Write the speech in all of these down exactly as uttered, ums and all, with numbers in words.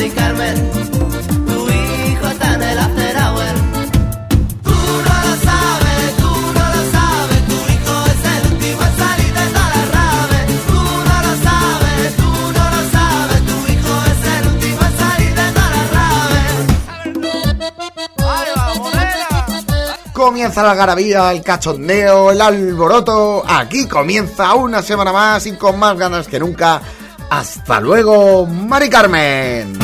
Mari Carmen, tu hijo está en el after hour. Tú no lo sabes, tú no lo sabes, tu hijo es el último en salir de todas las raves. Tú no lo sabes, tú no lo sabes, tu hijo es el último en salir de todas las raves. Comienza la algarabía, el cachondeo, el alboroto. Aquí comienza una semana más y con más ganas que nunca. Hasta luego, Mari Carmen.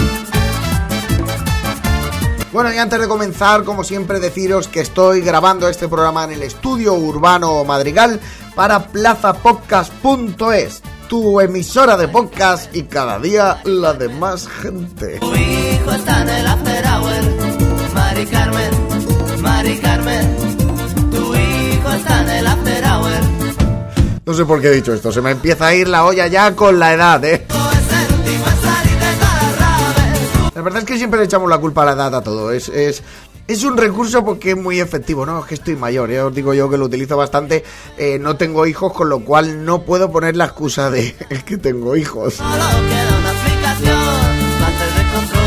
Bueno, y antes de comenzar, como siempre, deciros que estoy grabando este programa en el estudio urbano Madrigal para plaza podcast punto es, tu emisora de podcast y cada día la de más gente. Tu hijo está en el after hour. Mari Carmen, Mari Carmen, tu hijo está en el after hour. No sé por qué he dicho esto, se me empieza a ir la olla ya con la edad, ¿eh? La verdad es que siempre le echamos la culpa a la edad a todo, es, es, es un recurso porque es muy efectivo, ¿no? Es que estoy mayor, ya os digo yo que lo utilizo bastante, eh, no tengo hijos, con lo cual no puedo poner la excusa de es que tengo hijos. Solo queda una aplicación, antes de control.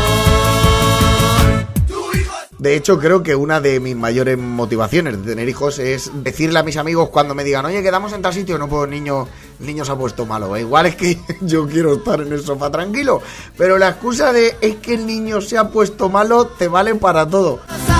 De hecho, creo que una de mis mayores motivaciones de tener hijos es decirle a mis amigos cuando me digan, oye, quedamos en tal sitio, no puedo, el niño, el niño se ha puesto malo. Igual es que yo quiero estar en el sofá tranquilo, pero la excusa de es que el niño se ha puesto malo te vale para todo.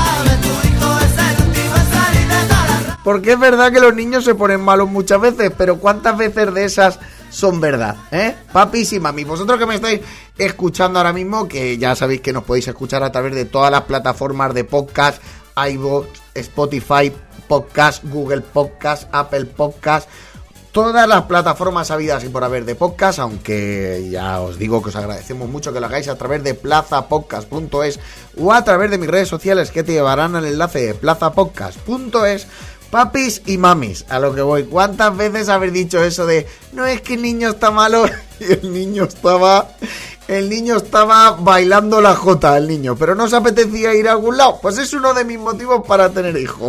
Porque es verdad que los niños se ponen malos muchas veces, pero ¿cuántas veces de esas son verdad? ¿Eh? Papis y mamis, vosotros que me estáis escuchando ahora mismo, que ya sabéis que nos podéis escuchar a través de todas las plataformas de podcast, iVoox, Spotify Podcast, Google Podcast, Apple Podcast, todas las plataformas habidas y por haber de podcast, aunque ya os digo que os agradecemos mucho que lo hagáis a través de plaza podcast punto es o a través de mis redes sociales que te llevarán al enlace de plaza podcast punto es. Papis y mamis, a lo que voy. ¿Cuántas veces habéis dicho eso de no es que el niño está malo? Y el niño estaba el niño estaba bailando la jota, el niño, pero no os apetecía ir a algún lado. Pues es uno de mis motivos para tener hijos.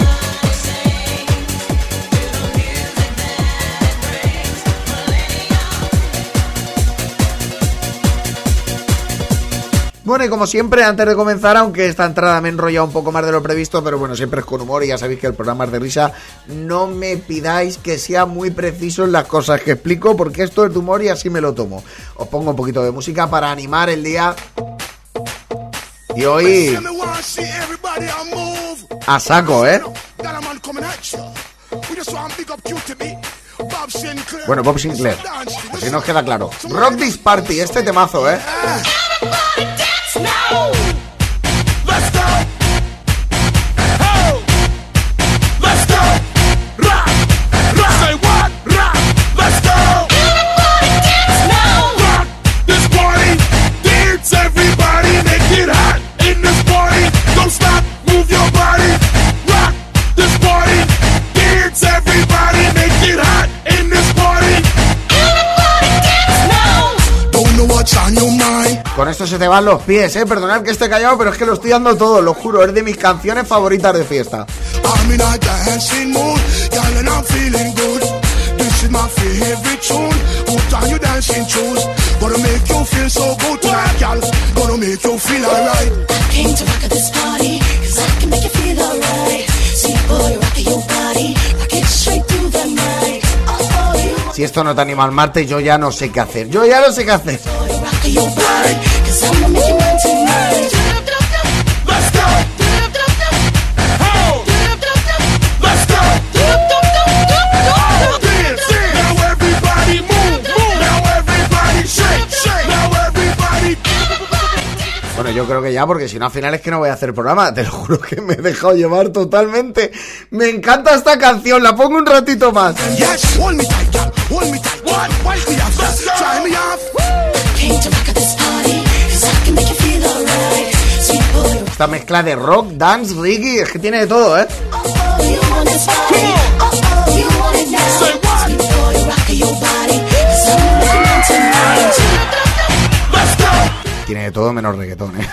Bueno, y como siempre, antes de comenzar, aunque esta entrada me he enrollado un poco más de lo previsto, pero bueno, siempre es con humor y ya sabéis que el programa es de risa, no me pidáis que sea muy preciso en las cosas que explico, porque esto es de humor y así me lo tomo. Os pongo un poquito de música para animar el día. Y hoy a saco, ¿eh? Bueno, Bob Sinclair, así nos queda claro. Rock This Party, este temazo, ¿eh? Now, let's go. Oh, let's go. Rock, rock. Say what? Rock. Let's go. Everybody dance now. Rock this party. Dance, everybody. Make it hot in this party. Don't stop. Move your body. Rock this party. Dance, everybody. Make it hot in this party. Everybody dance now. Don't know what's on your mind. Con esto se te van los pies, eh. Perdonad que esté callado, pero es que lo estoy dando todo, lo juro. Es de mis canciones favoritas de fiesta. Si esto no te anima al martes, yo ya no sé qué hacer. Yo ya no sé qué hacer. Bueno, yo creo que ya, porque si no al final es que no voy a hacer programa. Te lo juro que me he dejado llevar totalmente. Me encanta esta canción, la pongo un ratito más. Esta mezcla de rock, dance, reggae, es que tiene de todo, ¿eh? Tiene de todo menos reggaetón, ¿eh?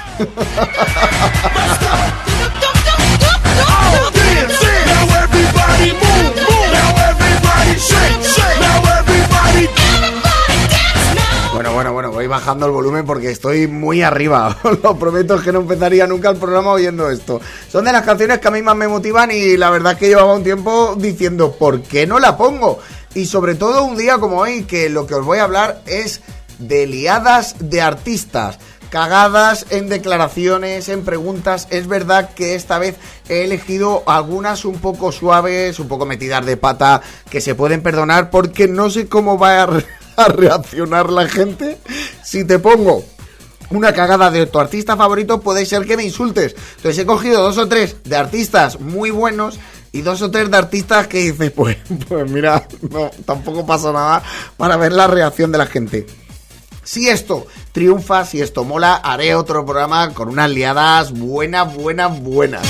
Bueno, bueno, bueno, voy bajando el volumen porque estoy muy arriba. Os lo prometo, es que no empezaría nunca el programa oyendo esto. Son de las canciones que a mí más me motivan y la verdad es que llevaba un tiempo diciendo ¿por qué no la pongo? Y sobre todo un día como hoy, que lo que os voy a hablar es de liadas de artistas, cagadas en declaraciones, en preguntas. Es verdad que esta vez he elegido algunas un poco suaves, un poco metidas de pata, que se pueden perdonar porque no sé cómo va a, re- a reaccionar la gente si te pongo una cagada de tu artista favorito. Puede ser que me insultes. Entonces he cogido dos o tres de artistas muy buenos y dos o tres de artistas que dices, pues, pues mira, no, tampoco pasa nada, para ver la reacción de la gente. Si esto triunfa, si esto mola, haré otro programa con unas liadas buenas, buenas, buenas.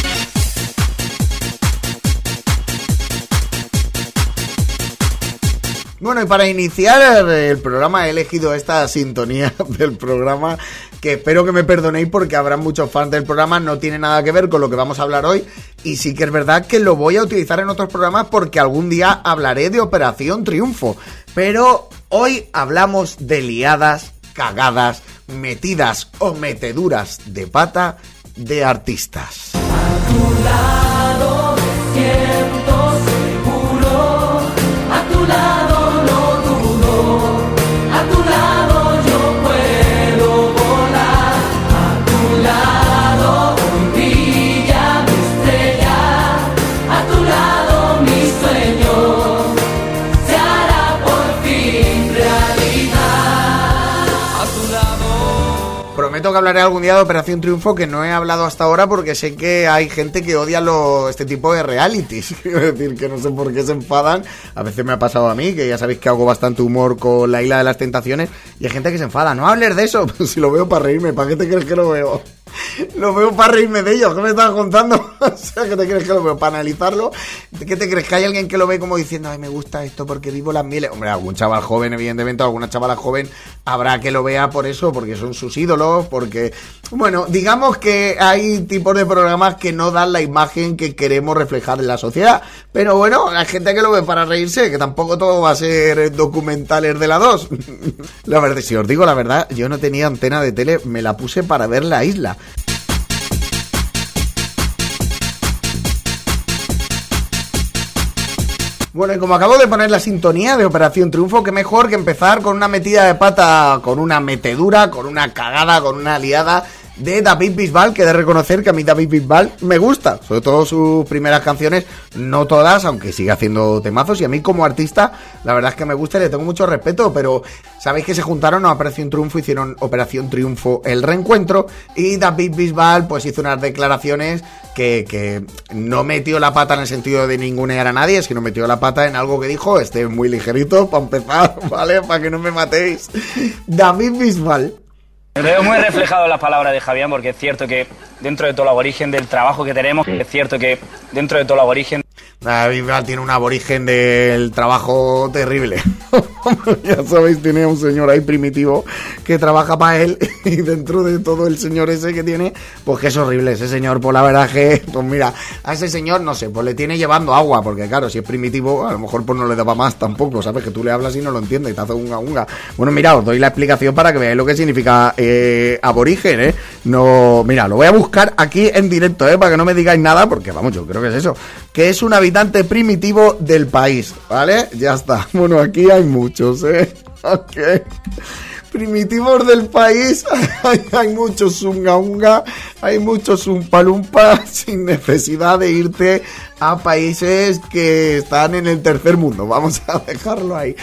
Bueno, y para iniciar el programa he elegido esta sintonía del programa, que espero que me perdonéis porque habrá muchos fans del programa. No tiene nada que ver con lo que vamos a hablar hoy, y sí que es verdad que lo voy a utilizar en otros programas porque algún día hablaré de Operación Triunfo. Pero hoy hablamos de liadas, cagadas, metidas o meteduras de pata de artistas. A tu lado me siento seguro, a tu lado no dudo, a tu lado yo puedo volar, a tu lado hoy brilla mi estrella, a tu lado mi sueño se hará por fin realidad. A tu lado. Prometo que hablaré algún día de Operación Triunfo, que no he hablado hasta ahora porque sé que hay gente que odia lo, este tipo de realities. Quiero decir que no sé por qué se enfadan. A veces me ha pasado a mí, que ya sabéis que hago bastante humor con la Isla de las Tentaciones, y hay gente que se enfada. No hables de eso. Pues si lo veo para reírme, ¿para qué te crees que lo veo? Lo veo para reírme de ellos. ¿Qué me estás contando? O sea, ¿qué te crees que lo veo? ¿Para analizarlo? ¿Qué te crees? ¿Que hay alguien que lo ve como diciendo, ay, me gusta esto porque vivo las mieles? Hombre, algún chaval joven, evidentemente, alguna chavala joven habrá que lo vea por eso, porque son sus ídolos, porque... Bueno, digamos que hay tipos de programas que no dan la imagen que queremos reflejar en la sociedad. Pero bueno, hay gente que lo ve para reírse, que tampoco todo va a ser documentales de la dos. La verdad, si os digo la verdad, yo no tenía antena de tele, me la puse para ver La Isla. Bueno, y como acabo de poner la sintonía de Operación Triunfo, qué mejor que empezar con una metida de pata, con una metedura, con una cagada, con una liada de David Bisbal, que he de reconocer que a mí David Bisbal me gusta, sobre todo sus primeras canciones, no todas, aunque sigue haciendo temazos, y a mí como artista, la verdad es que me gusta y le tengo mucho respeto, pero sabéis que se juntaron a Operación Triunfo, hicieron Operación Triunfo El Reencuentro, y David Bisbal pues hizo unas declaraciones que, que no metió la pata en el sentido de ningunear a nadie, sino metió la pata en algo que dijo, este es muy ligerito, para empezar, ¿vale? Para que no me matéis. David Bisbal. Me veo muy reflejado en las palabras de Javier, porque es cierto que dentro de todo el aborigen del trabajo que tenemos, es cierto que dentro de todo el aborigen... David Bisbal tiene un aborigen del trabajo terrible. Ya sabéis, tiene un señor ahí primitivo que trabaja para él, y dentro de todo el señor ese que tiene, pues que es horrible ese señor. Pues la verdad que, pues mira, a ese señor, no sé, pues le tiene llevando agua, porque claro, si es primitivo, a lo mejor pues no le daba más tampoco, ¿sabes? Que tú le hablas y no lo entiendes y te hace unga unga. Bueno, mira, os doy la explicación para que veáis lo que significa eh, aborigen, ¿eh? No, mira, lo voy a buscar aquí en directo, ¿eh? Para que no me digáis nada, porque vamos, yo creo que es eso, que es un habitante primitivo del país, ¿vale? Ya está. Bueno, aquí hay muchos, ¿eh? Ok. Primitivos del país, hay, hay muchos unga unga, hay muchos umpalumpa, sin necesidad de irte a países que están en el tercer mundo. Vamos a dejarlo ahí.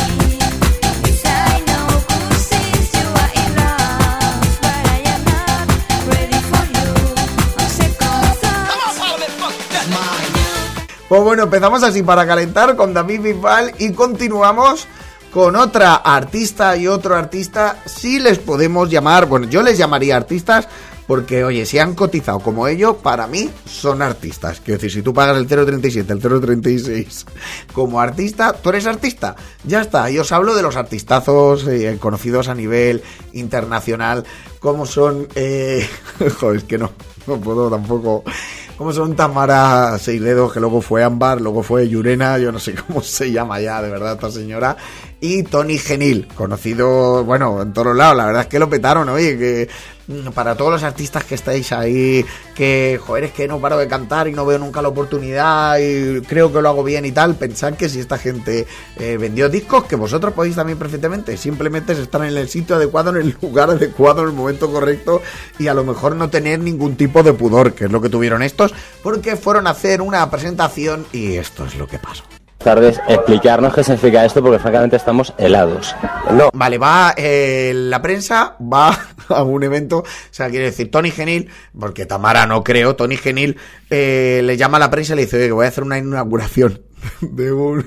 Pues bueno, empezamos así para calentar con David Bisbal y continuamos con otra artista y otro artista, si les podemos llamar, bueno, yo les llamaría artistas porque, oye, si han cotizado como ellos, para mí son artistas. Quiero decir, si tú pagas el cero treinta y siete, el cero treinta y seis como artista, tú eres artista. Ya está, y os hablo de los artistazos eh, conocidos a nivel internacional, como son, eh, joder, es que no, no puedo tampoco... Como son Tamara Seis Dedos, que luego fue Ámbar, luego fue Yurena, yo no sé cómo se llama ya, de verdad, esta señora. y Tony Genil, conocido, bueno, en todos lados. La verdad es que lo petaron, oye, que para todos los artistas que estáis ahí, que, joder, es que no paro de cantar y no veo nunca la oportunidad y creo que lo hago bien y tal, pensad que si esta gente eh, vendió discos, que vosotros podéis también perfectamente, simplemente es estar en el sitio adecuado, en el lugar adecuado, en el momento correcto y a lo mejor no tener ningún tipo de pudor, que es lo que tuvieron estos, porque fueron a hacer una presentación y esto es lo que pasó. Tardes, explicarnos qué significa esto porque francamente estamos helados. No, vale, va eh, la prensa, va a un evento, o sea, quiere decir Tony Genil, porque Tamara no creo, Tony Genil eh, le llama a la prensa y le dice, oye, que voy a hacer una inauguración de un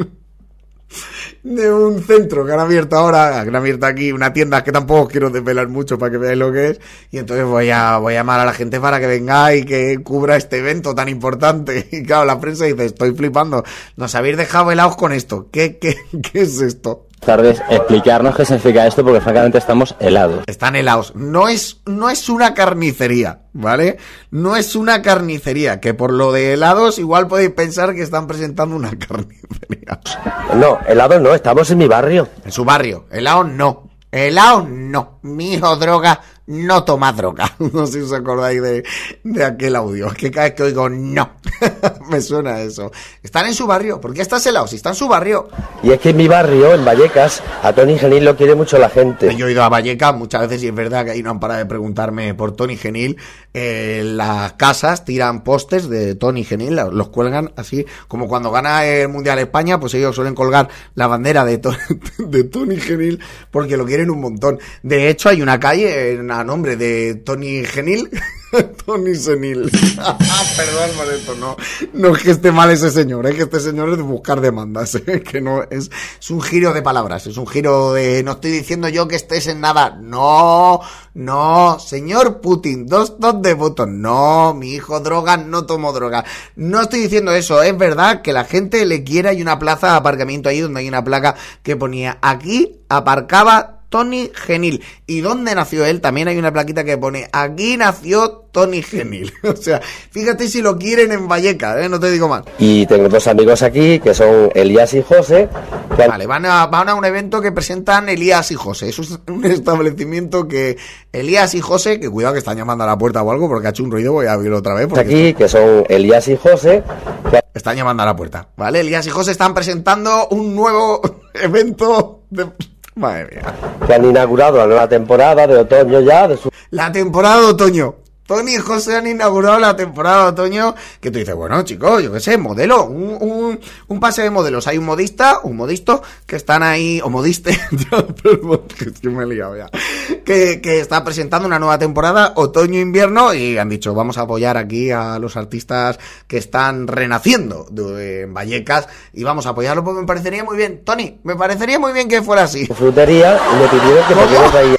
de un centro que han abierto ahora, que han abierto aquí una tienda que tampoco quiero desvelar mucho para que veáis lo que es, y entonces voy a voy a llamar a la gente para que venga y que cubra este evento tan importante. Y claro, la prensa dice, estoy flipando, nos habéis dejado helados con esto, ¿qué, qué, qué es esto? Tardes, explicarnos qué significa esto porque francamente estamos helados. Están helados. No es, no es una carnicería, ¿vale? No es una carnicería, que por lo de helados igual podéis pensar que están presentando una carnicería. No, helados no, estamos en mi barrio. En su barrio. Helados no. Helados no. Mi hijo droga no toma droga. No sé si os acordáis de, de aquel audio. Es que cada vez que oigo no, me suena eso. Están en su barrio. ¿Por qué estás helado? Si está en su barrio. Y es que en mi barrio, en Vallecas, a Tony Genil lo quiere mucho la gente. Yo he ido a Vallecas muchas veces y es verdad que ahí no han parado de preguntarme por Tony Genil. Eh, las casas tiran pósters de Tony Genil, los cuelgan así, como cuando gana el Mundial España, pues ellos suelen colgar la bandera de, to- de Tony Genil porque lo quieren un montón. De hecho, hay una calle a nombre de Tony Genil, Tony Senil. Perdón por esto, no, no es que esté mal ese señor, es que este señor es de buscar demandas, ¿eh? Que no es, es un giro de palabras, es un giro de, no estoy diciendo yo que estés en nada, no, no, señor Putin, dos dos de votos, no, mi hijo droga, no tomo droga, no estoy diciendo eso, es verdad que la gente le quiere, hay una plaza de aparcamiento ahí donde hay una placa que ponía, aquí aparcaba Tony Genil. ¿Y dónde nació él? También hay una plaquita que pone, aquí nació Tony Genil. O sea, fíjate si lo quieren en Vallecas, ¿eh? No te digo más. Y tengo dos amigos aquí, que son Elías y José. Que... Vale, van a, van a un evento que presentan Elías y José. Eso es un establecimiento que Elías y José, que cuidado que están llamando a la puerta o algo, porque ha hecho un ruido, voy a abrirlo otra vez. Aquí, está... que son Elías y José. Que... Están llamando a la puerta, ¿vale? Elías y José están presentando un nuevo evento de... Madre mía. Que han inaugurado la nueva temporada de otoño ya de su... La temporada de otoño. Tony y José han inaugurado la temporada de otoño. Que tú dices, bueno, chicos, yo qué sé, modelo. Un, un, un pase de modelos. Hay un modista, un modisto, que están ahí, o modiste, perdón, que me he liado ya. Que, que está presentando una nueva temporada, otoño-invierno, y han dicho, vamos a apoyar aquí a los artistas que están renaciendo de, en Vallecas, y vamos a apoyarlo, pues me parecería muy bien. Tony, me parecería muy bien que fuera así. Frutería, y me pidieron que por qué no traía...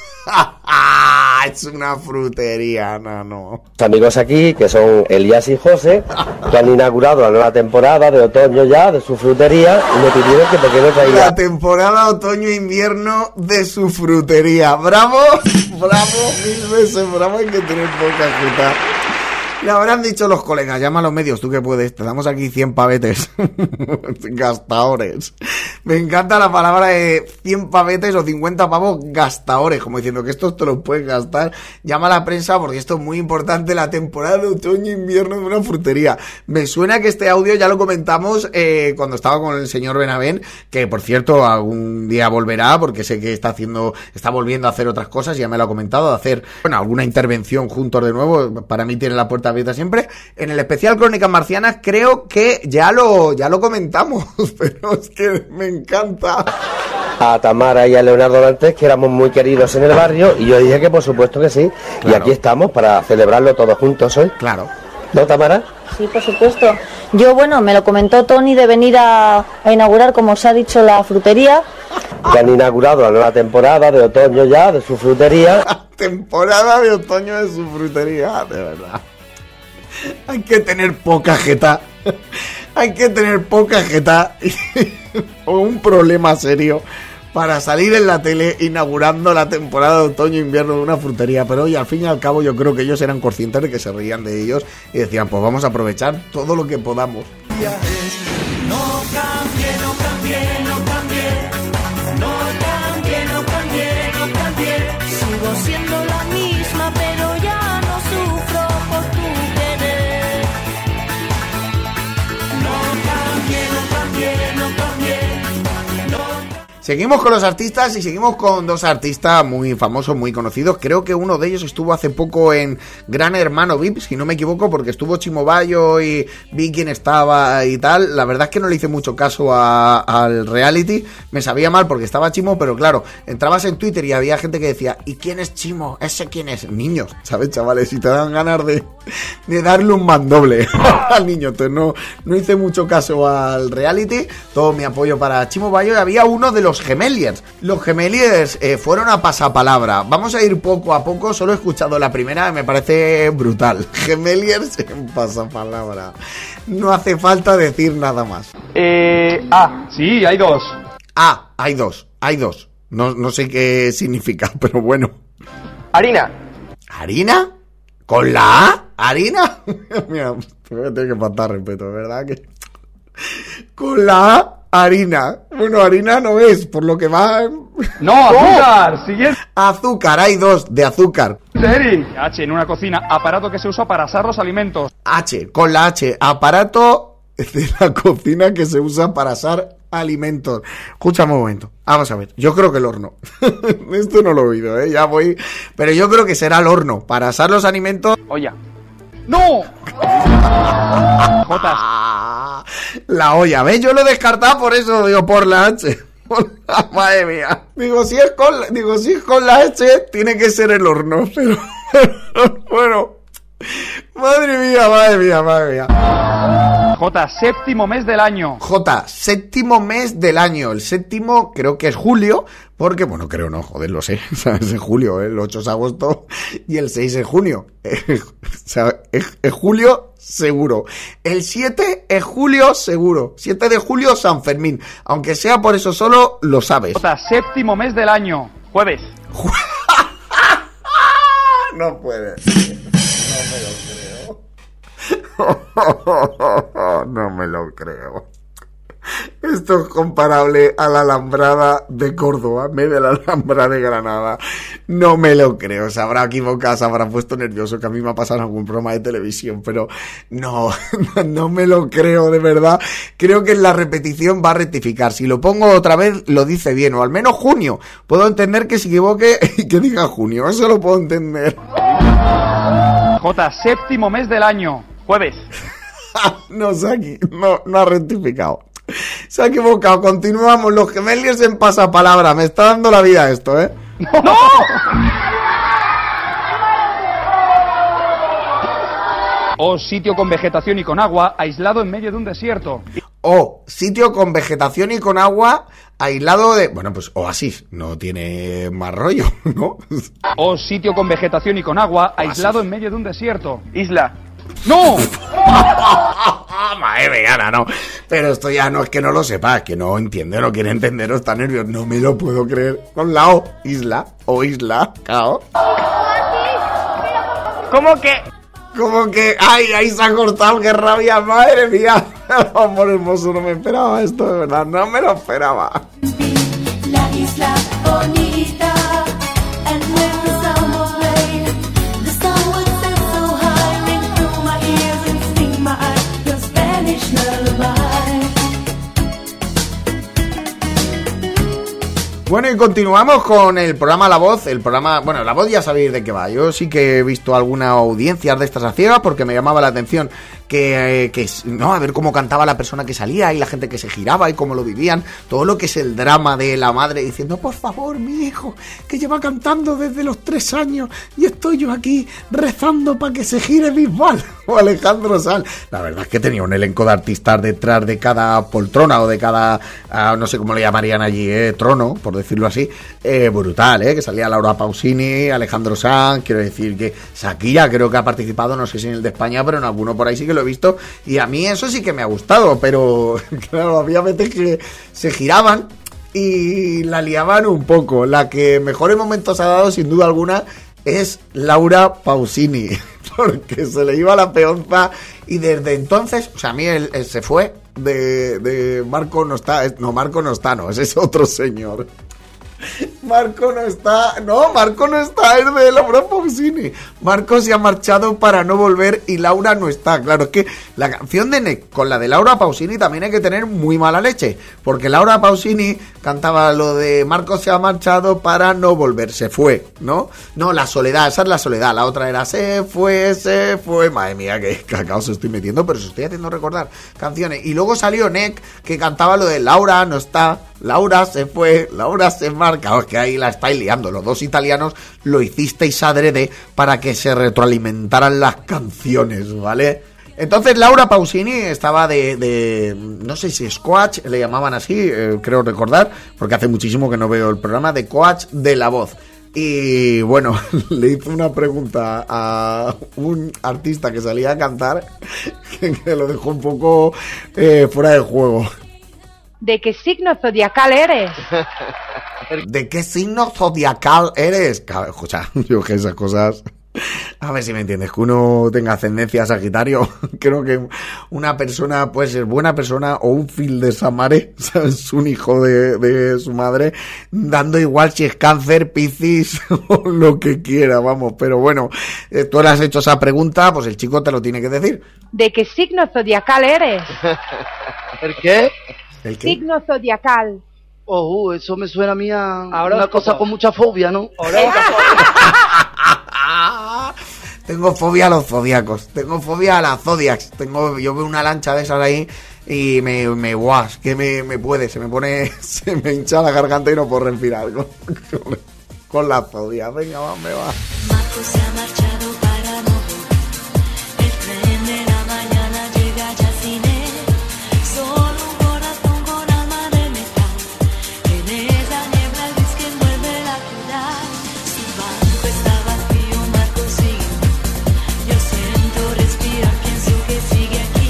Es una frutería, no, no. Amigos aquí, que son Elías y José, que han inaugurado la nueva temporada de otoño ya de su frutería y me pidieron que por qué no traía... La temporada otoño-invierno de su frutería. ¡Bravo! ¡Bravo! Mil veces bravo, hay que tener poca fruta. Le habrán dicho los colegas, llama a los medios, tú que puedes, te damos aquí cien pavetes. Gastadores. Me encanta la palabra de cien pavetes o cincuenta pavos gastadores, como diciendo que estos te los puedes gastar. Llama a la prensa porque esto es muy importante, la temporada de otoño-invierno de una frutería. Me suena que este audio ya lo comentamos eh, cuando estaba con el señor Benavent, que por cierto algún día volverá porque sé que está haciendo, está volviendo a hacer otras cosas, ya me lo ha comentado, de hacer, bueno, alguna intervención juntos de nuevo. Para mí tiene la puerta abierta siempre. En el especial Crónicas Marcianas creo que ya lo ya lo comentamos, pero es que me encanta. A Tamara y a Leonardo Dantes, que éramos muy queridos en el barrio, y yo dije que por supuesto que sí. Claro. Y aquí estamos para celebrarlo todos juntos hoy. Claro. ¿No, Tamara? Sí, por supuesto. Yo, bueno, me lo comentó Tony de venir a, a inaugurar, como os ha dicho, la frutería. Que han inaugurado la nueva temporada de otoño ya de su frutería. Temporada de otoño de su frutería, de verdad. Hay que tener poca jeta. Hay que tener poca jeta o un problema serio para salir en la tele inaugurando la temporada de otoño-invierno de una frutería. Pero hoy, al fin y al cabo, yo creo que ellos eran conscientes de que se reían de ellos y decían, pues vamos a aprovechar todo lo que podamos. No cambie, no cambie, no cambie, Seguimos con los artistas y seguimos con dos artistas muy famosos, muy conocidos. Creo que uno de ellos estuvo hace poco en Gran Hermano V I P, si no me equivoco, porque estuvo Chimo Bayo y vi quién estaba y tal. La verdad es que no le hice mucho caso a, al reality. Me sabía mal porque estaba Chimo, pero claro, entrabas en Twitter y había gente que decía, ¿y quién es Chimo? ¿Ese quién es? Niños, ¿sabes, chavales? Y te dan ganas de, de darle un mandoble al niño. Entonces no, no hice mucho caso al reality. Todo mi apoyo para Chimo Bayo. Y había uno de los Gemeliers. Los Gemeliers eh, fueron a pasapalabra. Vamos a ir poco a poco. Solo he escuchado la primera y me parece brutal. Gemeliers en pasapalabra. No hace falta decir nada más. Eh, ah, sí, hay dos. Ah, hay dos. Hay dos. No, no sé qué significa, pero bueno. Harina. ¿Harina? ¿Con la A? ¿Harina? Mira, te voy a tener que faltar respeto, ¿verdad? Que... Con la A, harina. Bueno, harina no es, por lo que va... No, azúcar. Siguiente. Azúcar, hay dos de azúcar. Eric. H, en una cocina, aparato que se usa para asar los alimentos. H, con la H, aparato de la cocina que se usa para asar alimentos. Escúchame un momento. Vamos a ver. Yo creo que el horno. Esto no lo he oído, ¿eh? Ya voy. Pero yo creo que será el horno para asar los alimentos. Olla. ¡No! Jotas. La olla. ¿Ves? Yo lo he descartado por eso, digo, por la H. Por la... Madre mía. Digo, si es con la... Digo, si es con la H, tiene que ser el horno. Pero, pero bueno. Madre mía, madre mía, madre mía. J, séptimo mes del año. J, séptimo mes del año. El séptimo creo que es julio, porque, bueno, creo no, joder, lo sé, ¿sabes? Es julio, ¿eh? El ocho es agosto y el seis es junio. O sea, es, es julio seguro. El siete es julio seguro. siete de julio San Fermín. Aunque sea por eso solo, lo sabes. J, séptimo mes del año. Jueves. No puede. No me lo creo. Esto es comparable a la Alambrada de Córdoba, en vez de la Alhambra de Granada. No me lo creo. Se habrá equivocado, se habrá puesto nervioso, que a mí me ha pasado en algún programa de televisión, pero no, no me lo creo, de verdad. Creo que en la repetición va a rectificar. Si lo pongo otra vez, lo dice bien, o al menos junio. Puedo entender que se equivoque y que diga junio, eso lo puedo entender. J, séptimo mes del año. Jueves. No sé aquí, no, no ha rectificado. Se ha equivocado. Continuamos. Los Gemeliers en pasapalabra. Me está dando la vida esto, ¿eh? ¡No! O sitio con vegetación y con agua, aislado en medio de un desierto. O sitio con vegetación y con agua, aislado de... Bueno, pues oasis. No tiene más rollo, ¿no? O sitio con vegetación y con agua, aislado en medio de un desierto. Isla. ¡No! Madre mía, no. Pero esto ya no es que no lo sepa, que no entiende, no quiere entender o está nervioso. No me lo puedo creer. Con la O, isla, o isla, cao. ¿Cómo que? Como que, ay, ahí se ha cortado, qué rabia, madre mía. Amor hermoso, no me esperaba esto, de verdad, no me lo esperaba. La isla bonita. Bueno, y continuamos con el programa La Voz. El programa, bueno, La Voz ya sabéis de qué va. Yo sí que he visto algunas audiencias de estas a ciegas porque me llamaba la atención que, eh, que, no, a ver cómo cantaba la persona que salía y la gente que se giraba y cómo lo vivían. Todo lo que es el drama de la madre diciendo, por favor, mi hijo, que lleva cantando desde los tres años y estoy yo aquí rezando para que se gire Bisbal o Alejandro Sanz. La verdad es que tenía un elenco de artistas detrás de cada poltrona o de cada, uh, no sé cómo le llamarían allí, eh, trono, por decirlo así, eh, brutal, eh, que salía Laura Pausini, Alejandro Sanz, quiero decir que Shakira creo que ha participado, no sé si en el de España, pero en alguno por ahí sí que lo he visto, y a mí eso sí que me ha gustado, pero claro, había veces que se giraban y la liaban un poco. La que mejores momentos ha dado, sin duda alguna, es Laura Pausini, porque se le iba la peonza y desde entonces, o sea, a mí él, él se fue de, de Marco no está, no, Marco no está, no, ese es otro señor. Marco no está, no, Marco no está, es de Laura Pausini. Marco se ha marchado para no volver y Laura no está. Claro, es que la canción de Nek con la de Laura Pausini también hay que tener muy mala leche, porque Laura Pausini cantaba lo de Marco se ha marchado para no volver, se fue, ¿no? No, la soledad, esa es la soledad, la otra era se fue, se fue, madre mía, qué cacao se estoy metiendo, pero se estoy haciendo recordar canciones. Y luego salió Nek, que cantaba lo de Laura no está, Laura se fue, Laura se marca. Es que ahí la estáis liando. Los dos italianos lo hicisteis adrede para que se retroalimentaran las canciones, ¿vale? Entonces Laura Pausini estaba de, de no sé si es coach, le llamaban así, eh, creo recordar, porque hace muchísimo que no veo el programa, de coach de la voz. Y bueno, le hizo una pregunta a un artista que salía a cantar que, que lo dejó un poco eh, fuera de juego. ¿De qué signo zodiacal eres? ¿De qué signo zodiacal eres? Escucha, yo que esas cosas... A ver si me entiendes, que uno tenga ascendencia Sagitario. Creo que una persona puede ser buena persona o un fil de Samare, ¿sabes? Un hijo de, de su madre, dando igual si es cáncer, Piscis o lo que quiera, vamos. Pero bueno, eh, tú le has hecho esa pregunta, pues el chico te lo tiene que decir. ¿De qué signo zodiacal eres? ¿El qué? ¿El qué? Signo zodiacal. Oh, uh, eso me suena a mí a Ahora una cosa con mucha fobia, ¿no? Tengo fobia a los zodiacos, tengo fobia a las zodiacs. Tengo, yo veo una lancha de esas ahí y me, me guas, que me, me puede, se me pone, se me hincha la garganta y no puedo respirar con, con, con las zodiacs. Venga, va, me va. Marco se ha marchado para no volver. El tren de la mañana llega ya sin él. Solo un corazón con alma de metal. En esa niebla gris que envuelve la ciudad. Su banco está vacío, Marco sigue. Yo siento respirar, pienso que sigue aquí.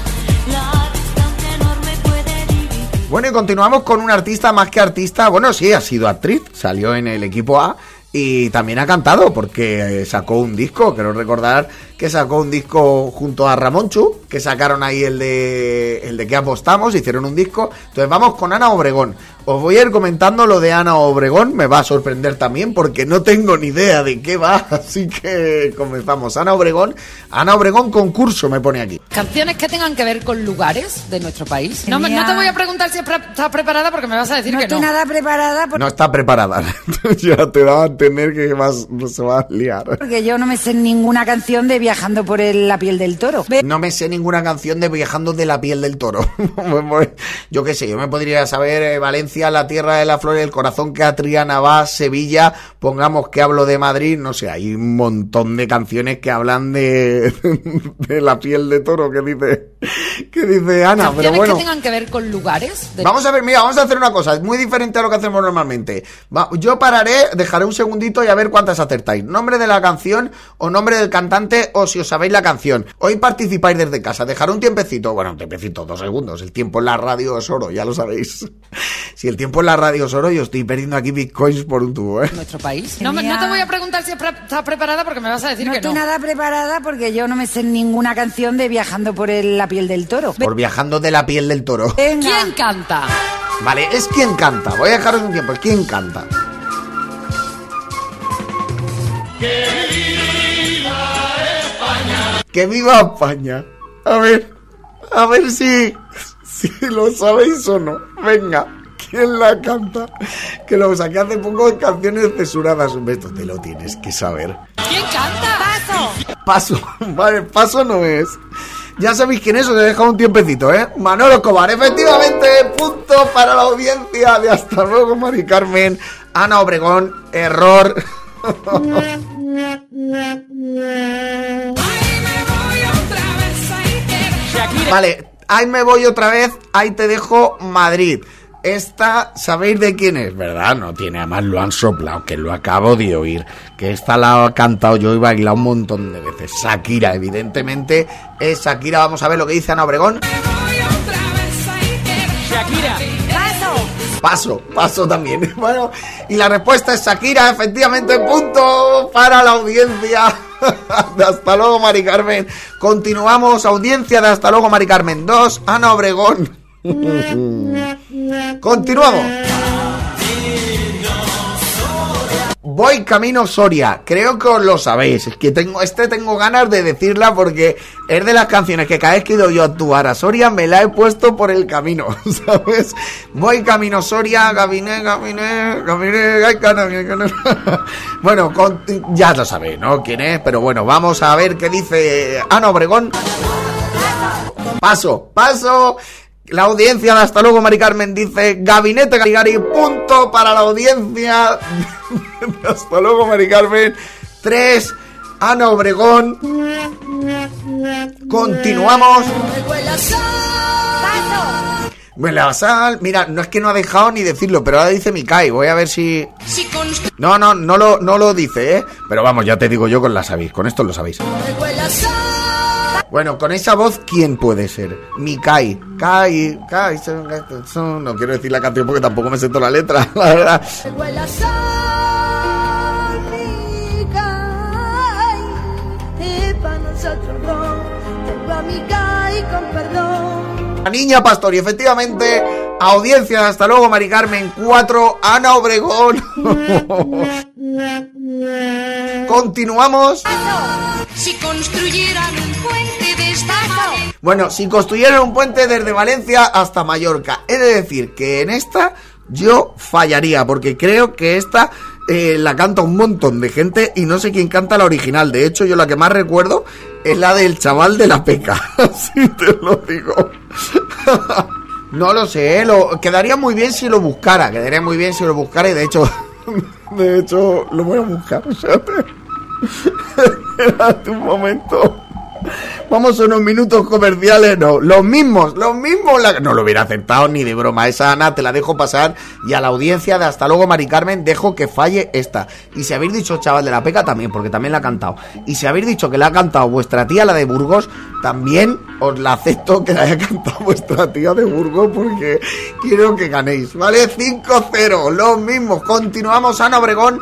La distancia enorme puede dividir. Bueno, y continuamos con un artista más que artista. Bueno, sí, ha sido actriz, salió en el equipo A. Y también ha cantado porque sacó un disco, quiero recordar que sacó un disco junto a Ramonchu, que sacaron ahí el de el de que apostamos, hicieron un disco. Entonces vamos con Ana Obregón. Os voy a ir comentando lo de Ana Obregón, me va a sorprender también porque no tengo ni idea de qué va, así que comenzamos. Ana Obregón, Ana Obregón concurso me pone aquí. Canciones que tengan que ver con lugares de nuestro país. No, no te voy a preguntar si estás preparada porque me vas a decir no que no. No estoy nada preparada. Por... No está preparada, ya te daba a entender que vas, se va a liar. Porque yo no me sé ninguna canción de Viajando por el, la piel del toro. No me sé ninguna canción de Viajando de la piel del toro. Yo qué sé, yo me podría saber eh, Valencia, la tierra de la flor y el corazón que a Triana va, Sevilla, pongamos que hablo de Madrid, no sé, hay un montón de canciones que hablan de, de la piel de toro, que dice, que dice Ana, canciones pero bueno. Que tengan que ver con lugares. De... Vamos a ver, mira, vamos a hacer una cosa, es muy diferente a lo que hacemos normalmente. Va, yo pararé, dejaré un segundito y a ver cuántas acertáis. Nombre de la canción o nombre del cantante o si os sabéis la canción. Hoy participáis desde casa, dejaré un tiempecito, bueno, un tiempecito, dos segundos, el tiempo en la radio es oro, ya lo sabéis. Si el tiempo en la radio es oro, yo estoy perdiendo aquí bitcoins por un tubo, ¿eh? Nuestro país. No, no te voy a preguntar si estás preparada porque me vas a decir no que no. No estoy nada preparada porque yo no me sé ninguna canción de Viajando por el, la piel del toro. Por Viajando de la piel del toro. Venga. ¿Quién canta? Vale, es quien canta. Voy a dejaros un tiempo. Es quien canta. ¡Que viva España! ¡Que viva España! A ver, a ver si, si lo sabéis o no. Venga, ¿quién la canta? Que lo saqué hace poco en canciones censuradas. Esto te lo tienes que saber. ¿Quién canta? ¡Paso! Paso, vale, paso no es. Ya sabéis quién es, os he dejado un tiempecito, ¿eh? Manolo Escobar, efectivamente, punto para la audiencia de Hasta Luego, Mari Carmen. Ana Obregón, error. Vale, ahí me voy otra vez, ahí te dejo Madrid. Esta, ¿sabéis de quién es? ¿Verdad? No tiene, además lo han soplado, que lo acabo de oír. Que esta la he cantado yo y bailado un montón de veces. Shakira, evidentemente es Shakira. Vamos a ver lo que dice Ana Obregón. Shakira. Paso, paso también. Bueno, y la respuesta es Shakira, efectivamente, punto para la audiencia de Hasta Luego, Mari Carmen. Continuamos, audiencia de Hasta Luego, Mari Carmen dos, Ana Obregón. Continuamos. Voy camino Soria, creo que os lo sabéis. Es que tengo, este tengo ganas de decirla porque es de las canciones que cada vez que he ido yo a actuar a Soria me la he puesto por el camino, ¿sabes? Voy camino Soria, caminé, caminé, caminé, ay, cana, cana. Bueno, con, ya lo sabéis, ¿no? ¿Quién es? Pero bueno, vamos a ver qué dice Ana Obregón. Paso, paso. La audiencia de Hasta Luego Mari Carmen dice Gabinete Caligari, punto para la audiencia de Hasta Luego Mari Carmen. Tres, Ana Obregón. Continuamos. Huele a sal. Mira, no es que no ha dejado ni decirlo, pero ahora dice Mikai. Voy a ver si... No, no, no lo, no lo dice, ¿eh? Pero vamos, ya te digo yo, con la sabéis. Con esto lo sabéis. Bueno, con esa voz, ¿quién puede ser? Mikai. Kai, Kai, no quiero decir la canción porque tampoco me siento la letra, la verdad. La niña Pastori, efectivamente. Audiencia, Hasta Luego Mari Carmen. Cuatro, Ana Obregón. Continuamos. Si construyeran un puente desde Valencia. Bueno, si construyeran un puente desde Valencia hasta Mallorca. He de decir que en esta yo fallaría, porque creo que esta eh, la canta un montón de gente y no sé quién canta la original. De hecho, yo la que más recuerdo es la del chaval de la peca. Así te lo digo. No lo sé, lo, quedaría muy bien si lo buscara. Quedaría muy bien si lo buscara y de hecho... De hecho, lo voy a buscar. Espérate un momento. Vamos a unos minutos comerciales. No, los mismos, los mismos la... No lo hubiera aceptado ni de broma. Esa Ana te la dejo pasar. Y a la audiencia de Hasta Luego Mari Carmen dejo que falle esta. Y si habéis dicho chaval de la peca, también, porque también la ha cantado. Y si habéis dicho que la ha cantado vuestra tía, la de Burgos, también os la acepto que la haya cantado vuestra tía de Burgos, porque quiero que ganéis, ¿vale? cinco cero, los mismos. Continuamos, Ana Obregón.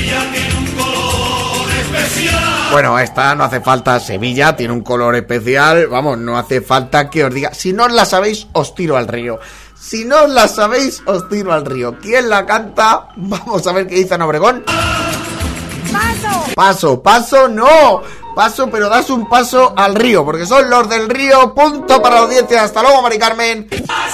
Bueno, esta no hace falta. Sevilla tiene un color especial. Vamos, no hace falta que os diga. Si no os la sabéis, os tiro al río. Si no os la sabéis, os tiro al río. ¿Quién la canta? Vamos a ver qué dice Ana Obregón. Paso. Paso, paso, no. Paso, pero das un paso al río, porque son los del río. Punto para la audiencia. Hasta luego, Mari Carmen.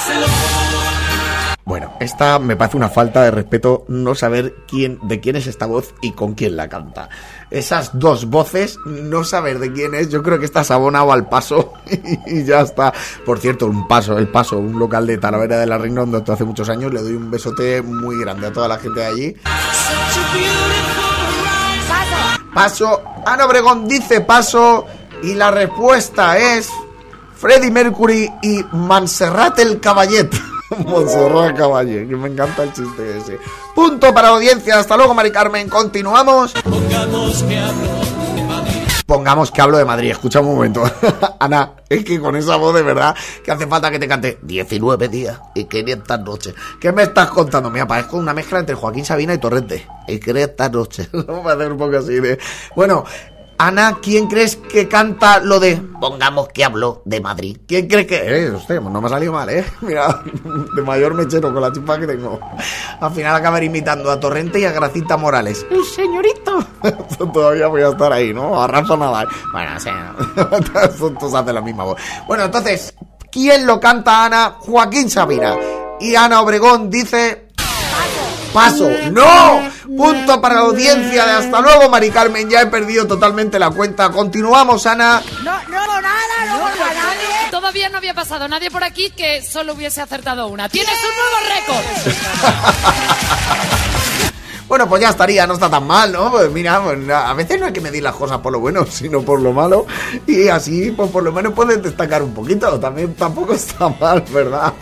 Bueno, esta me parece una falta de respeto no saber quién, de quién es esta voz y con quién la canta. Esas dos voces, no saber de quién es, yo creo que estás abonado al Paso y ya está. Por cierto, un Paso, el Paso, un local de Talavera de la Reina donde estoy hace muchos años, le doy un besote muy grande a toda la gente de allí. Paso, Ana Obregón dice Paso y la respuesta es Freddie Mercury y Montserrat el Caballet. Montserrat Caballé, que me encanta el chiste ese. Punto para la audiencia. Hasta luego, Mari Carmen. Continuamos. Pongamos que hablo de Madrid. Pongamos que hablo de Madrid. Escucha un momento. Ana, es que con esa voz de verdad que hace falta que te cante diecinueve días y quinientas noches. ¿Qué me estás contando? Me parezco una mezcla entre Joaquín Sabina y Torrente. Y quinientas noches. Vamos a hacer un poco así de... Bueno... Ana, ¿quién crees que canta lo de pongamos que hablo de Madrid? ¿Quién crees que...? Eh, hostia, no me ha salido mal, ¿eh? Mira, de mayor mechero con la chispa que tengo. Al final acabaré imitando a Torrente y a Gracita Morales. ¡El señorito! Todavía voy a estar ahí, ¿no? A Rafa Nadal. Bueno, o sea, todos hacen la misma voz. Bueno, entonces, ¿quién lo canta, Ana? Joaquín Sabina. Y Ana Obregón dice... Paso, ¡no! Punto para la audiencia de Hasta luego, Mari Carmen. Ya he perdido totalmente la cuenta. Continuamos, Ana. No, no, nada, no, no, nadie. Todavía no había pasado nadie por aquí que solo hubiese acertado una. ¡Tienes un nuevo récord! Bueno, pues ya estaría, no está tan mal, ¿no? Pues mira, pues a veces no hay que medir las cosas por lo bueno, sino por lo malo. Y así, pues por lo menos puedes destacar un poquito. También tampoco está mal, ¿verdad?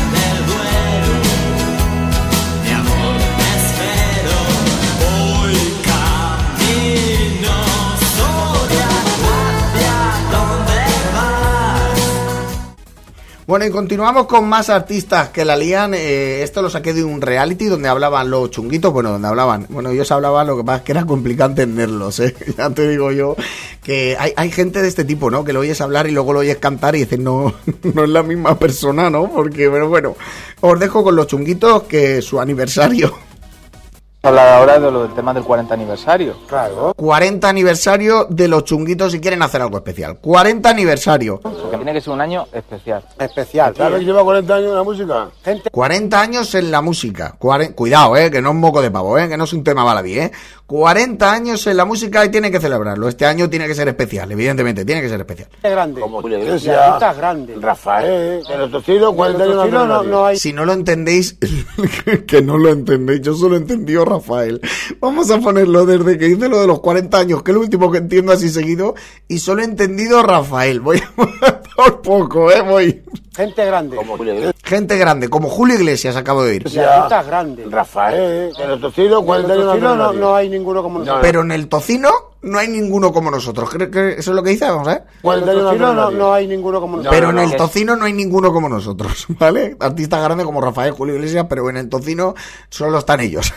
Bueno, y continuamos con más artistas que la lían. Eh, esto lo saqué de un reality donde hablaban los chunguitos, bueno, donde hablaban, bueno, ellos hablaban, lo que pasa es que era complicado entenderlos, ¿eh? Ya te digo yo que hay, hay gente de este tipo, ¿no? Que lo oyes hablar y luego lo oyes cantar y dices, no, no es la misma persona, ¿no? Porque, pero bueno, os dejo con los chunguitos que su aniversario... Hablar ahora de lo del tema del cuarenta aniversario. Claro. cuarenta aniversario de los Chunguitos si quieren hacer algo especial. cuarenta aniversario. Porque tiene que ser un año especial. Especial. ¿Sabes que lleva cuarenta años en la música? Gente. cuarenta años en la música. Cuaren... Cuidado, eh, que no es moco de pavo, eh, que no es un tema baladí, eh. cuarenta años en la música y tiene que celebrarlo. Este año tiene que ser especial, evidentemente, tiene que ser especial. Grande. Como Julio Iglesias, grande. Rafael, en el Tocino, cuarenta años no, no, no hay. Si no lo entendéis, que no lo entendéis, yo solo he entendido Rafael. Vamos a ponerlo desde que hice lo de los cuarenta años, que es lo último que entiendo así seguido, y solo he entendido Rafael. Voy por poco, eh, voy. Gente grande. Como Julio Iglesias. Gente grande, como Julio Iglesias, acabo de oír. Ya, grande. Rafael, en el Tocino, cuarenta años no, no, no hay ninguno como nosotros. Pero en el Tocino no hay ninguno como nosotros. ¿Creo que eso es lo que dice? Vamos a ver. cuarenta años no, no, no hay ninguno como nosotros. Pero en el Tocino no hay ninguno como nosotros, ¿vale? Artistas grandes como Rafael, Julio Iglesias, pero en el Tocino solo están ellos.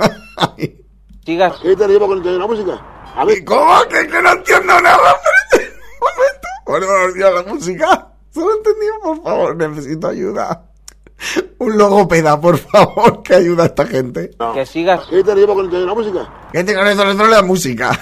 Sigas. ¿Qué te llevo con la música? A ver. ¿Cómo? ¿Que, que no entiendo nada? Bueno, ya la música. Solo entendí, por favor, necesito ayuda. Un logopeda, por favor, que ayuda a esta gente. No. Que sigas. ¿Qué te llevo con la música? Que te con la música.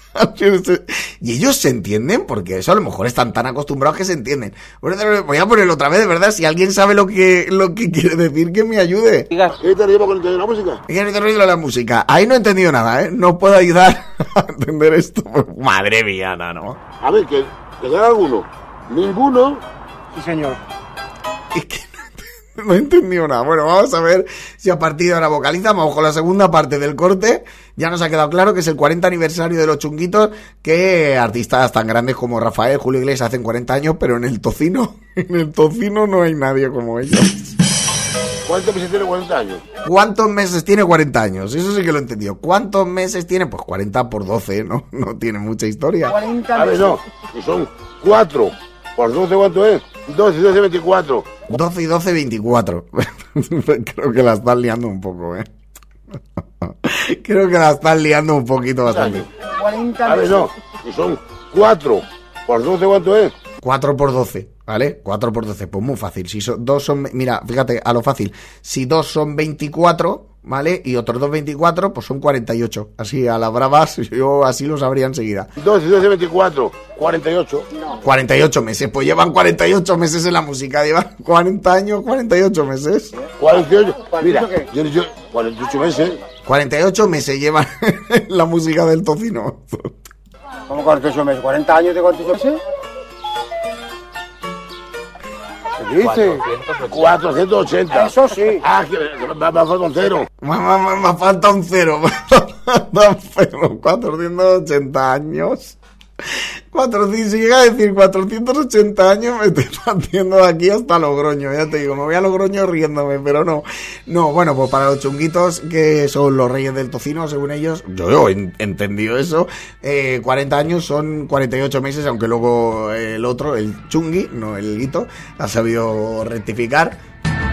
Y ellos se entienden, porque eso a lo mejor están tan acostumbrados que se entienden. Voy a ponerlo otra vez, de verdad. Si alguien sabe lo que lo que quiere decir, que me ayude. ¿Qué te llevo con la música? ¿Qué te llevo con la música? Ahí no he entendido nada, ¿eh? No puedo ayudar a entender esto. Madre mía, ¿no? A ver, que, que da alguno. Ninguno. Sí, señor. Es que no he entendido nada. Bueno, vamos a ver si a partir de ahora vocalizamos con la segunda parte del corte. Ya nos ha quedado claro que es el cuarenta aniversario de los Chunguitos, que artistas tan grandes como Rafael, Julio Iglesias hacen cuarenta años, pero en el Tocino, en el Tocino no hay nadie como ellos. ¿Cuántos meses tiene cuarenta años? ¿Cuántos meses tiene cuarenta años? Eso sí que lo he entendido. ¿Cuántos meses tiene? Pues cuarenta por doce, ¿no? No tiene mucha historia. cuarenta A ver, no, son cuatro. ¿Por doce cuánto es? doce y doce, veinticuatro. doce y doce, veinticuatro. Creo que la están liando un poco, ¿eh? Creo que la están liando un poquito bastante. cuarenta A ver, no, son cuatro. ¿Por doce cuánto es? cuatro por doce, ¿vale? cuatro por doce, pues muy fácil. Si son, dos son, mira, fíjate, a lo fácil. Si dos son veinticuatro, ¿vale? Y otros dos veinticuatro, pues son cuarenta y ocho. Así, a las bravas, yo así lo sabría enseguida. doce y doce, veinticuatro, cuarenta y ocho. No. cuarenta y ocho meses, pues llevan cuarenta y ocho meses en la música. Llevan cuarenta años, cuarenta y ocho meses. cuarenta y ocho, mira, yo, yo, cuarenta y ocho meses. cuarenta y ocho meses llevan en la música del Tocino. ¿Cómo cuarenta y ocho meses? ¿cuarenta años de cuarenta y ocho meses? ¿Qué dice? cuatrocientos ochenta. Eso sí. Ah, que me falta un cero. Me falta un cero. Me falta un cero. cuatrocientos ochenta años. cuatrocientos, si llega a decir cuatrocientos ochenta años, me estoy partiendo de aquí hasta Logroño. Ya te digo, me voy a Logroño riéndome, pero no. No, bueno, pues para los Chunguitos, que son los reyes del Tocino, según ellos, yo, yo he entendido eso, eh, cuarenta años son cuarenta y ocho meses, aunque luego el otro, el Chungui, no el Guito, ha sabido rectificar.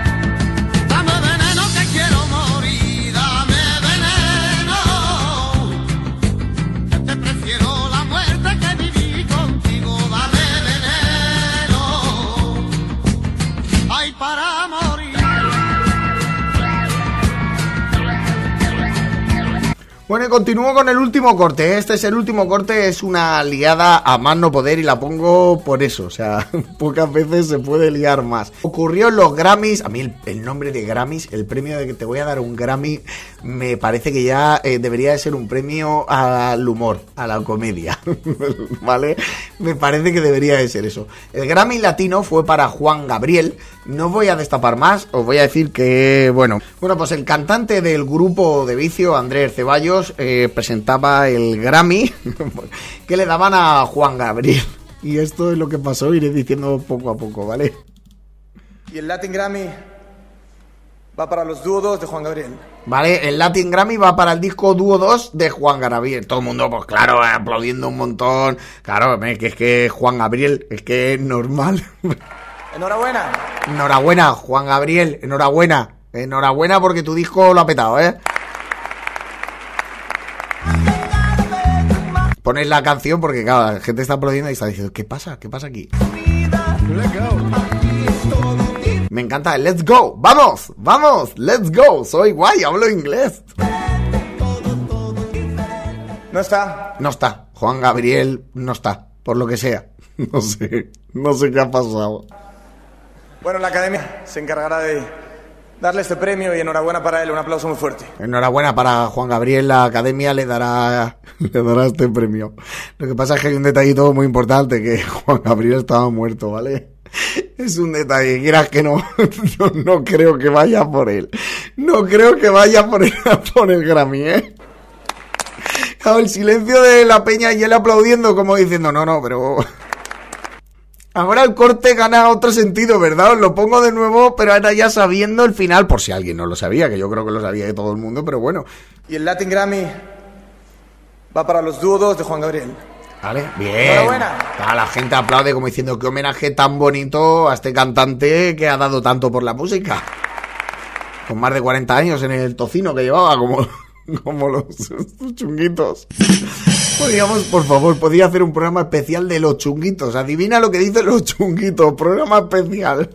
Bueno, y continúo con el último corte. Este es el último corte, es una liada a más no poder y la pongo por eso. O sea, pocas veces se puede liar más. Ocurrió en los Grammys. A mí el, el nombre de Grammys, el premio de que te voy a dar un Grammy, me parece que ya eh, debería de ser un premio al humor, a la comedia. ¿Vale? Me parece que debería de ser eso. El Grammy latino fue para Juan Gabriel. No voy a destapar más, os voy a decir que, bueno, bueno, pues el cantante del grupo de Vicio, Andrés Ceballos, eh, presentaba el Grammy que le daban a Juan Gabriel. Y esto es lo que pasó, iré diciendo poco a poco, ¿vale? Y el Latin Grammy va para los Dúo dos de Juan Gabriel. Vale, el Latin Grammy va para el disco Dúo dos de Juan Gabriel. Todo el mundo, pues claro, aplaudiendo un montón. Claro, que es que Juan Gabriel, es que es normal. Enhorabuena. Enhorabuena, Juan Gabriel, enhorabuena. Enhorabuena porque tu disco lo ha petado, ¿eh? Pones la canción porque, claro, la gente está aplaudiendo y está diciendo, ¿qué pasa? ¿Qué pasa aquí? Me encanta el Let's Go. ¡Vamos! ¡Vamos! ¡Let's go! Soy guay, hablo inglés. No está. No está. Juan Gabriel no está. Por lo que sea. No sé. No sé qué ha pasado. Bueno, la academia se encargará de darle este premio y enhorabuena para él. Un aplauso muy fuerte. Enhorabuena para Juan Gabriel. La academia le dará, le dará este premio. Lo que pasa es que hay un detallito muy importante, que Juan Gabriel estaba muerto, ¿vale? Es un detalle, quieras que no, no, no creo que vaya por él. No creo que vaya por él a por el Grammy, ¿eh? Claro, el silencio de la peña y él aplaudiendo como diciendo, no, no, pero... Ahora el corte gana otro sentido, ¿verdad? Os lo pongo de nuevo, pero ahora ya sabiendo el final, por si alguien no lo sabía, que yo creo que lo sabía de todo el mundo, pero bueno. Y el Latin Grammy va para los dúos de Juan Gabriel. Vale, bien. Enhorabuena. La gente aplaude como diciendo qué homenaje tan bonito a este cantante que ha dado tanto por la música. Con más de cuarenta años en el tocino que llevaba, como, como los, los chunguitos. Podríamos, por favor, podría hacer un programa especial de los chunguitos. Adivina lo que dicen los chunguitos. Programa especial.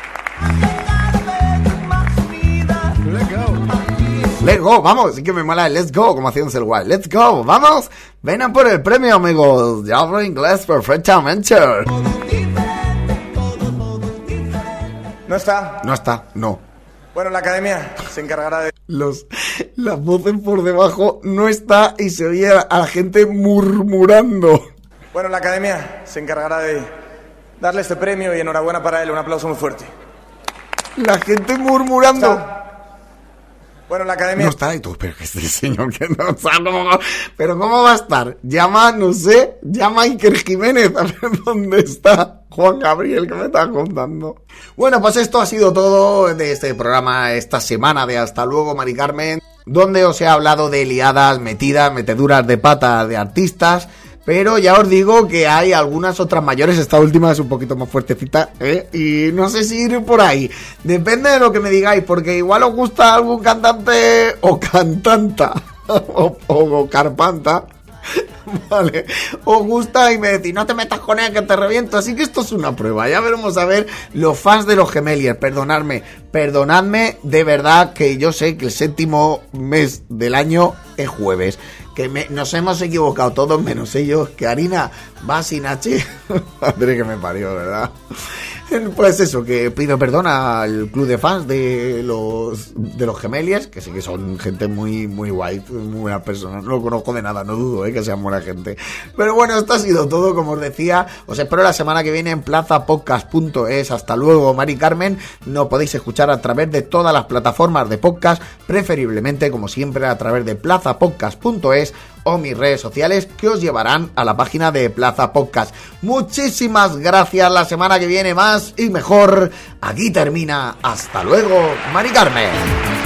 Let's go, vamos, sí que me mola el let's go, como hacía un celular. Let's go, vamos, ven a por el premio, amigos. Ya hablo inglés perfectamente. No está. No está, no. Bueno, la academia se encargará de... Los, las voces por debajo no está y se oye a la gente murmurando. Bueno, la academia se encargará de darle este premio y enhorabuena para él. Un aplauso muy fuerte. La gente murmurando. ¿Está? Bueno, la academia... No está, y tú, pero que este señor que no sabe cómo... Pero ¿cómo va a estar? Llama, no sé, llama a Iker Jiménez a ver dónde está Juan Gabriel, que me está contando. Bueno, pues esto ha sido todo de este programa esta semana de Hasta Luego, Mari Carmen, donde os he hablado de liadas, metidas, meteduras de pata de artistas... Pero ya os digo que hay algunas otras mayores. Esta última es un poquito más fuertecita, ¿eh? Y no sé si ir por ahí. Depende de lo que me digáis, porque igual os gusta algún cantante o cantanta o, o, o carpanta. Vale, os gusta y me decís, no te metas con él que te reviento. Así que esto es una prueba. Ya veremos a ver los fans de los Gemeliers. Perdonadme, perdonadme de verdad, que yo sé que el séptimo mes del año es jueves. Que me, nos hemos equivocado todos menos ellos. Que Harina va sin H. Madre que me parió, ¿verdad? Pues eso, que pido perdón al club de fans de los de los Gemeliers, que sí que son gente muy muy guay, muy buenas personas. No lo conozco de nada, no dudo eh, que sean buena gente. Pero bueno, esto ha sido todo, como os decía. Os espero la semana que viene en plaza podcast punto es. Hasta luego, Mari Carmen. Nos podéis escuchar a través de todas las plataformas de podcast, preferiblemente, como siempre, a través de plaza podcast punto es o mis redes sociales, que os llevarán a la página de Plaza Podcast. Muchísimas gracias. La semana que viene más y mejor. Aquí termina. Hasta luego, Mari Carmen.